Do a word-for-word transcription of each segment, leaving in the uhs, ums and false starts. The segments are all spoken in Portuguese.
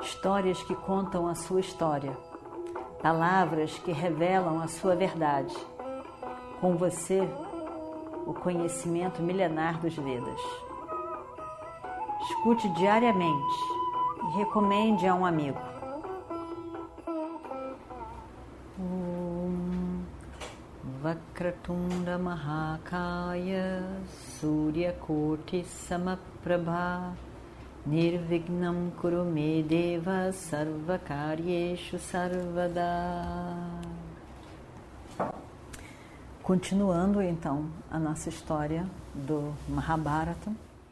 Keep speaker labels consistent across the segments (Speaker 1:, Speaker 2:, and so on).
Speaker 1: Histórias que contam a sua história, palavras que revelam a sua verdade. Com você, o conhecimento milenar dos Vedas. Escute diariamente e recomende a um amigo. Om Vakratunda Mahakaya Suryakoti Samaprabha Nirvignam Kurume Deva Sarvakaryeshu Sarvada. Continuando então a nossa história do Mahabharata.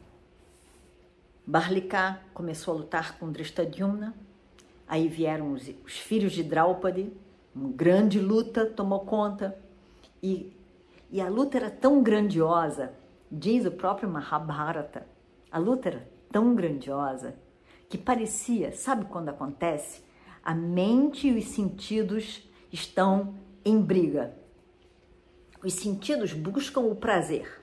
Speaker 1: Barlika começou a lutar com Drishtadyumna, aí vieram os, os filhos de Draupadi, uma grande luta tomou conta, e, e a luta era tão grandiosa, diz o próprio Mahabharata, a luta era tão grandiosa, que parecia, sabe quando acontece? A mente e os sentidos estão em briga. Os sentidos buscam o prazer.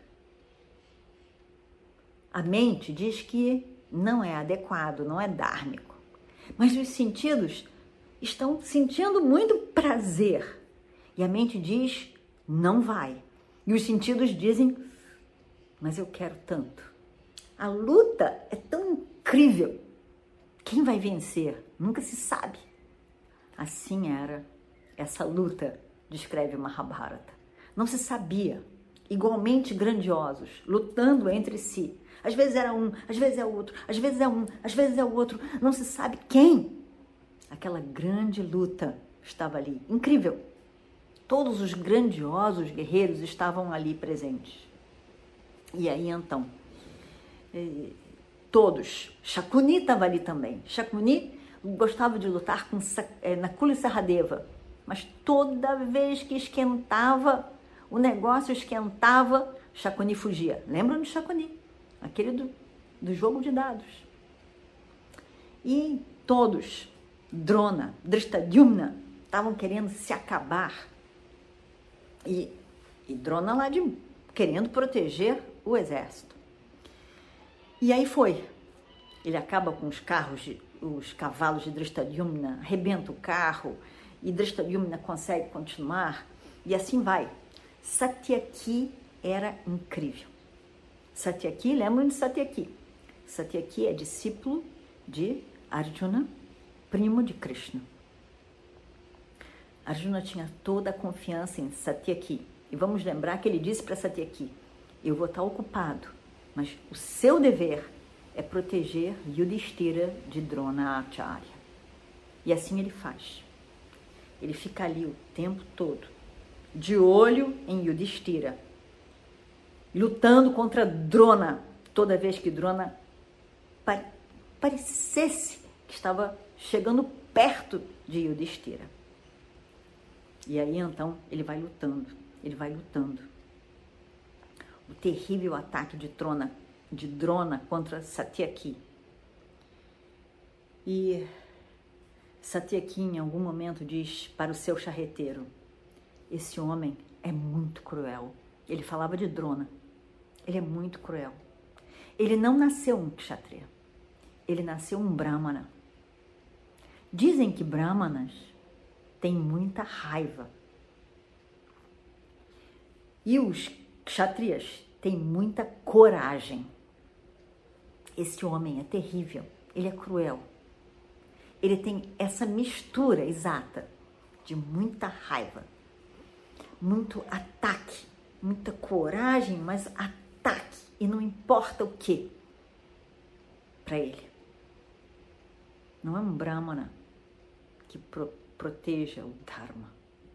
Speaker 1: A mente diz que não é adequado, não é dhármico. Mas os sentidos estão sentindo muito prazer. E a mente diz, não vai. E os sentidos dizem, mas eu quero tanto. A luta é tão incrível. Quem vai vencer? Nunca se sabe. Assim era essa luta, descreve o Mahabharata. Não se sabia. Igualmente grandiosos, lutando entre si. Às vezes era um, às vezes é outro, às vezes é um, às vezes é o outro. Não se sabe quem. Aquela grande luta estava ali. Incrível. Todos os grandiosos guerreiros estavam ali presentes. E aí então, eh, todos. Shakuni estava ali também. Shakuni gostava de lutar com eh, Nakula e Sahadeva. Mas toda vez que esquentava, o negócio esquentava, Shakuni fugia. Lembram de Shakuni? Aquele do, do jogo de dados. E todos, Drona, Drishtadyumna, estavam querendo se acabar. E, e Drona lá de, querendo proteger o exército. E aí foi. Ele acaba com os carros, de, os cavalos de Drishtadyumna, arrebenta o carro, e Drishtadyumna consegue continuar, e assim vai. Satyaki era incrível. Satyaki, lembram de Satyaki? Satyaki é discípulo de Arjuna, primo de Krishna. Arjuna tinha toda a confiança em Satyaki. E vamos lembrar que ele disse para Satyaki, eu vou estar ocupado, mas o seu dever é proteger Yudhishthira de Drona Acharya. E assim ele faz. Ele fica ali o tempo todo, de olho em Yudhishthira, lutando contra Drona, toda vez que Drona parecesse que estava chegando perto de Yudhishthira. E aí então ele vai lutando, ele vai lutando. O terrível ataque de Drona, de Drona contra Satyaki. E Satyaki em algum momento diz para o seu charreteiro, esse homem é muito cruel. Ele falava de Drona. Ele é muito cruel. Ele não nasceu um kshatriya. Ele nasceu um brahmana. Dizem que brahmanas têm muita raiva. E os kshatriyas têm muita coragem. Esse homem é terrível. Ele é cruel. Ele tem essa mistura exata de muita raiva, muito ataque, muita coragem, mas ataque, e não importa o que para ele. Não é um brahmana que pro, proteja o dharma.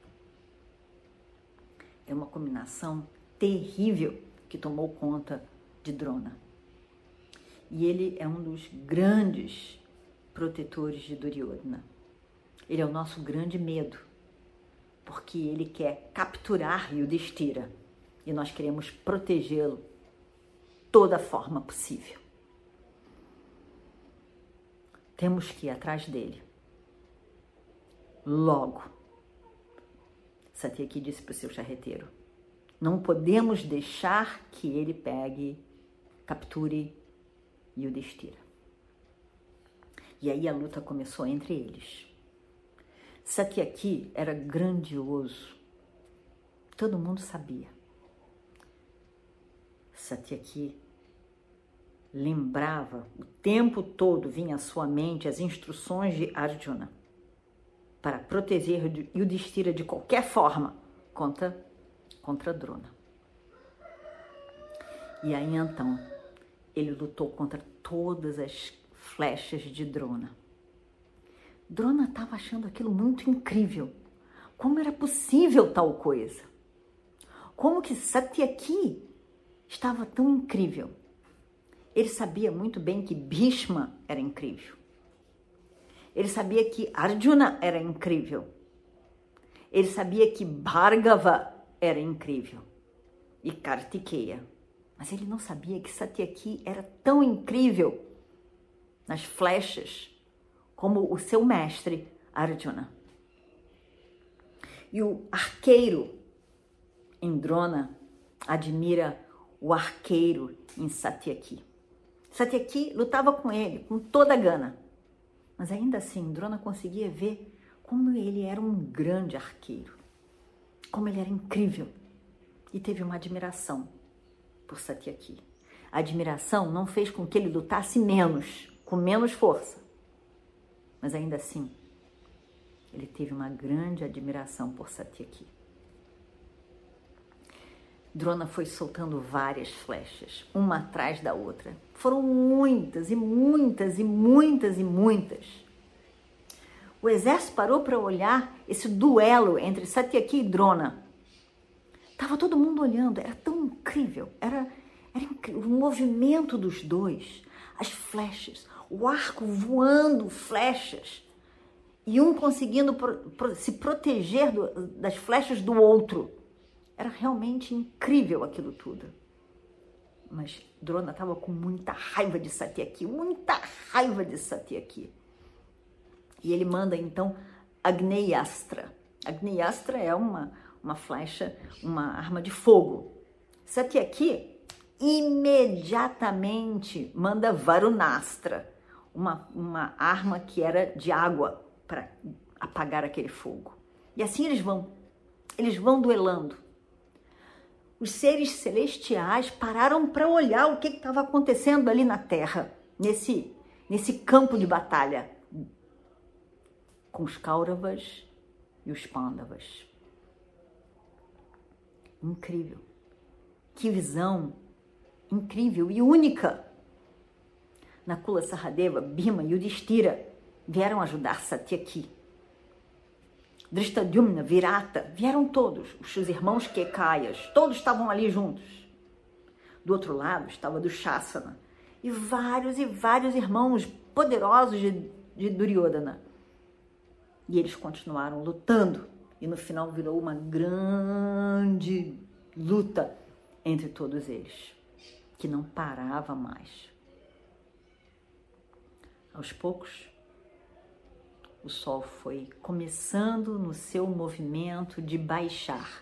Speaker 1: É uma combinação terrível que tomou conta de Drona. E ele é um dos grandes protetores de Duryodhana. Ele é o nosso grande medo, porque ele quer capturar Yudhishthira e nós queremos protegê-lo toda forma possível. Temos que ir atrás dele. Logo, Satyaki disse para o seu charreteiro, não podemos deixar que ele pegue, capture Yudhishthira. E aí a luta começou entre eles. Satyaki era grandioso. Todo mundo sabia. Satyaki lembrava, o tempo todo vinha à sua mente as instruções de Arjuna para proteger Yudhishthira de qualquer forma contra, contra Drona. E aí então ele lutou contra todas as flechas de Drona. Drona estava achando aquilo muito incrível. Como era possível tal coisa? Como que Satyaki estava tão incrível? Ele sabia muito bem que Bhishma era incrível. Ele sabia que Arjuna era incrível. Ele sabia que Bhargava era incrível. E Kartikeya. Mas ele não sabia que Satyaki era tão incrível nas flechas como o seu mestre Arjuna. E o arqueiro em Drona admira o arqueiro em Satyaki. Satyaki lutava com ele com toda a gana, mas ainda assim Drona conseguia ver como ele era um grande arqueiro, como ele era incrível, e teve uma admiração por Satyaki. A admiração não fez com que ele lutasse menos, com menos força, mas ainda assim ele teve uma grande admiração por Satyaki. Drona foi soltando várias flechas, uma atrás da outra. Foram muitas e muitas e muitas e muitas. O exército parou para olhar esse duelo entre Satyaki e Drona. Estava todo mundo olhando, era tão incrível, era, era incrível. O movimento dos dois, as flechas, o arco voando flechas, e um conseguindo pro, pro, se proteger do, das flechas do outro. Era realmente incrível aquilo tudo. Mas Drona estava com muita raiva de Satyaki, muita raiva de Satyaki. E ele manda então Agneyastra. Agneyastra é uma, uma flecha, uma arma de fogo. Satyaki imediatamente manda Varunastra, uma, uma arma que era de água para apagar aquele fogo. E assim eles vão, eles vão duelando. Os seres celestiais pararam para olhar o que estava acontecendo ali na Terra, nesse, nesse campo de batalha, com os Kauravas e os Pandavas. Incrível. Que visão incrível e única. Nakula, Sahadeva, Bhima e Yudhishthira vieram ajudar Satyaki. Drishtadyumna, Virata, vieram todos, os seus irmãos Kekayas, todos estavam ali juntos. Do outro lado estava Dushasana e vários e vários irmãos poderosos de, de Duryodhana. E eles continuaram lutando e no final virou uma grande luta entre todos eles, que não parava mais. Aos poucos, o sol foi começando no seu movimento de baixar.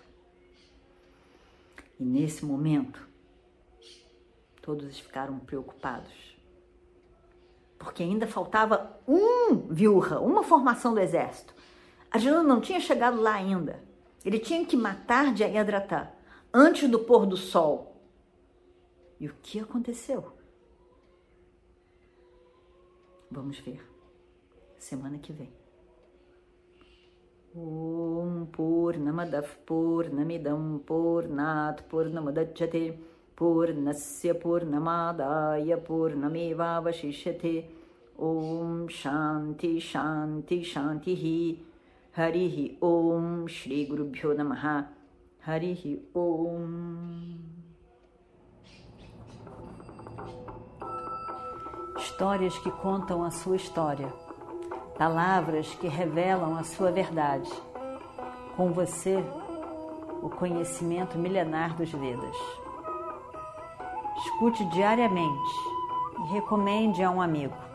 Speaker 1: E nesse momento, todos ficaram preocupados. Porque ainda faltava um Vyuha, uma formação do exército. Arjuna não tinha chegado lá ainda. Ele tinha que matar Jayadratha antes do pôr do sol. E o que aconteceu? Vamos ver. Semana que vem. Om Purnamadav Purnamidam Purnat Purnamudachyate Purnasya Purnamadaya Purnamevavashishyate. Om Shanti Shanti Shantihi. Harihi Om Shri Gurubhyo Namaha. Harihi Om. Histórias que contam a sua história. Palavras que revelam a sua verdade. Com você, o conhecimento milenar dos Vedas. Escute diariamente e recomende a um amigo.